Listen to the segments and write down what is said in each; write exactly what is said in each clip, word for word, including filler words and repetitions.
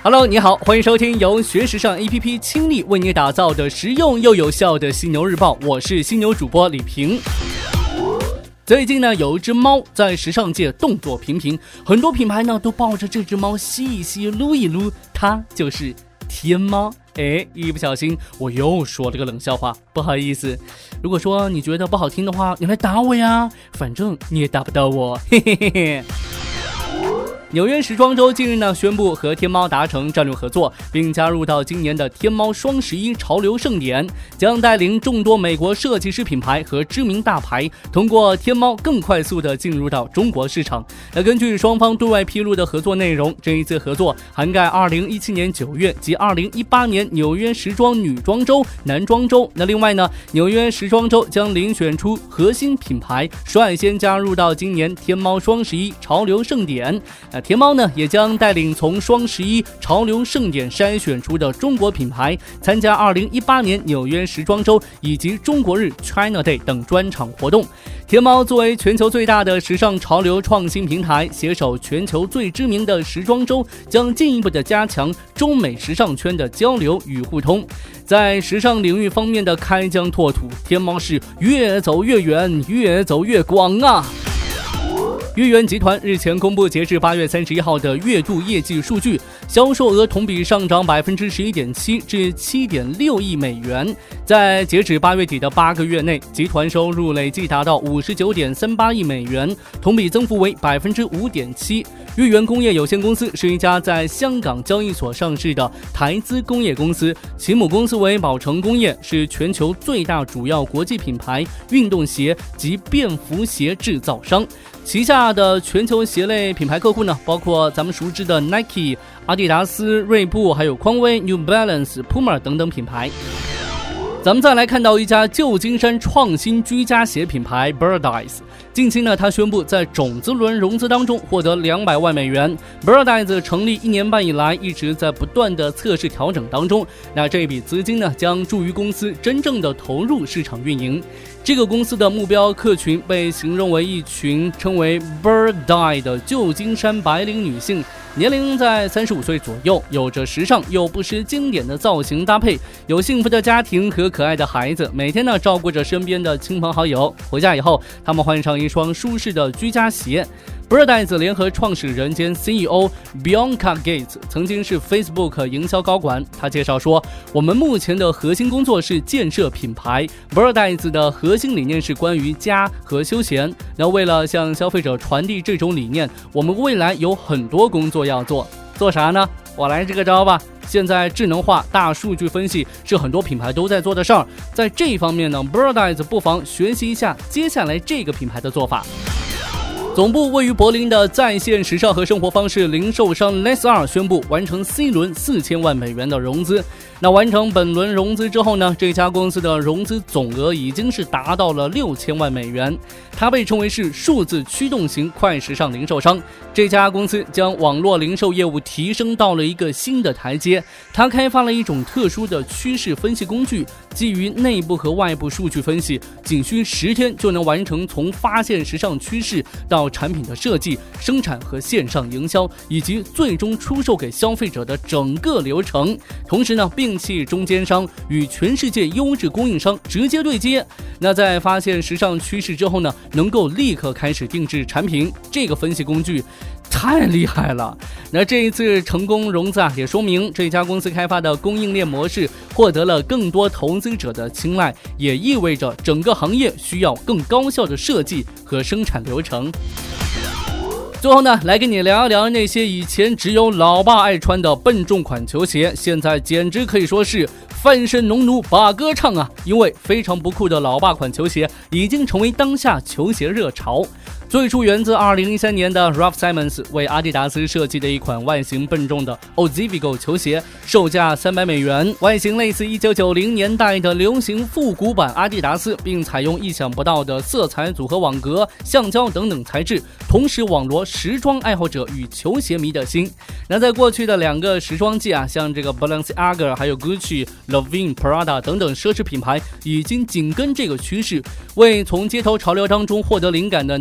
Hello， 你好，欢迎收听由学时尚 A P P 倾力为你打造的实用又有效的犀牛日报，我是犀牛主播李平。最近呢，有一只猫在时尚界动作频频，很多品牌呢都抱着这只猫吸一吸撸一撸，它就是天猫。哎，一不小心我又说了个冷笑话，不好意思。如果说你觉得不好听的话，你来打我呀，反正你也打不到我，嘿嘿嘿嘿。纽约时装周近日呢宣布和天猫达成战略合作，并加入到今年的天猫双十一潮流盛典，将带领众多美国设计师品牌和知名大牌通过天猫更快速的进入到中国市场。那根据双方对外披露的合作内容，这一次合作涵盖二零一七年九月及二零一八年纽约时装女装周、男装周。那另外呢，纽约时装周将遴选出核心品牌，率先加入到今年天猫双十一潮流盛典。那天猫呢也将带领从双十一潮流盛典筛选出的中国品牌，参加二零一八年纽约时装周以及中国日 China Day 等专场活动。天猫作为全球最大的时尚潮流创新平台，携手全球最知名的时装周，将进一步的加强中美时尚圈的交流与互通。在时尚领域方面的开疆拓土，天猫是越走越远，越走越广啊！月圆集团日前公布截至八月三十一号的月度业绩数据，销售额同比上涨百分之十一点七至七点六亿美元。在截止八月底的八个月内，集团收入累计达到五十九点三八亿美元，同比增幅为百分之五点七。月圆工业有限公司是一家在香港交易所上市的台资工业公司，其母公司为宝成工业，是全球最大主要国际品牌运动鞋及便服鞋制造商。旗下的全球鞋类品牌客户呢，包括咱们熟知的 Nike、阿迪达斯、锐步，还有匡威、New Balance、Puma 等等品牌。咱们再来看到一家旧金山创新居家鞋品牌 Birdies， 近期呢，他宣布在种子轮融资当中获得两百万美元。Birdies 成立一年半以来，一直在不断的测试调整当中。那这笔资金呢，将助于公司真正的投入市场运营。这个公司的目标客群被形容为一群称为 Birdie 的旧金山白领女性，年龄在三十五岁左右，有着时尚又不失经典的造型搭配，有幸福的家庭和可爱的孩子，每天呢照顾着身边的亲朋好友。回家以后，他们换上一双舒适的居家鞋。Birdies 联合创始人兼 C E O Bianca Gates 曾经是 Facebook 营销高管，他介绍说，我们目前的核心工作是建设品牌。Birdies 的核心理念是关于家和休闲。那为了向消费者传递这种理念，我们未来有很多工作要做。做啥呢？我来这个招吧。现在智能化、大数据分析是很多品牌都在做的事儿，在这一方面呢 ，Birdies 不妨学习一下接下来这个品牌的做法。总部位于柏林的在线时尚和生活方式零售商 Less 二宣布完成 C 轮四千万美元的融资。那完成本轮融资之后呢，这家公司的融资总额已经是达到了六千万美元。它被称为是数字驱动型快时尚零售商。这家公司将网络零售业务提升到了一个新的台阶。它开发了一种特殊的趋势分析工具，基于内部和外部数据分析，仅需十天就能完成从发现时尚趋势到产品的设计、生产和线上营销，以及最终出售给消费者的整个流程。同时呢，摒弃中间商，与全世界优质供应商直接对接。那在发现时尚趋势之后呢，能够立刻开始定制产品。这个分析工具太厉害了。那这一次成功融资啊，也说明这家公司开发的供应链模式获得了更多投资者的青睐，也意味着整个行业需要更高效的设计和生产流程。最后呢，来跟你聊一聊那些以前只有老爸爱穿的笨重款球鞋，现在简直可以说是翻身农奴把歌唱啊！因为非常不酷的老爸款球鞋已经成为当下球鞋热潮。最初源自二零一三年的 Ralph Simons 为阿迪达斯设计的一款外形笨重的 Ozweego 球鞋，售价三百美元，外形类似一九九零年代的流行复古版阿迪达斯，并采用意想不到的色彩组合网格、橡胶等等材质，同时网罗时装爱好者与球鞋迷的心。那在过去的两个时装季啊，像这个 Balenciaga 还有 Gucci、Lanvin、Prada 等等奢侈品牌已经紧跟这个趋势，为从街头潮流当中获得灵感的男性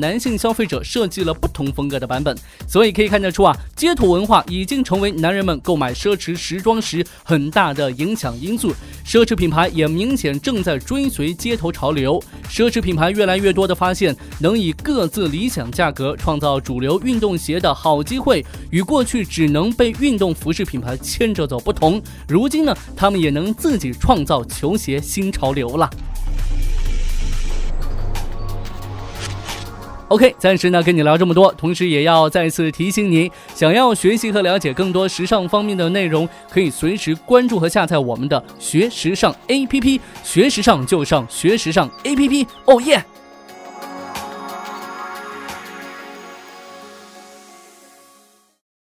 消费者设计了不同风格的版本。所以可以看得出啊，街头文化已经成为男人们购买奢侈时装时很大的影响因素。奢侈品牌也明显正在追随街头潮流，奢侈品牌越来越多的发现能以各自理想价格创造主流运动鞋的好机会，与过去只能被运动服饰品牌牵着走不同，如今呢，他们也能自己创造球鞋新潮流了。OK， 暂时呢跟你聊这么多，同时也要再次提醒你，想要学习和了解更多时尚方面的内容，可以随时关注和下载我们的学时尚 A P P， 学时尚就上学时尚 A P P， 哦耶！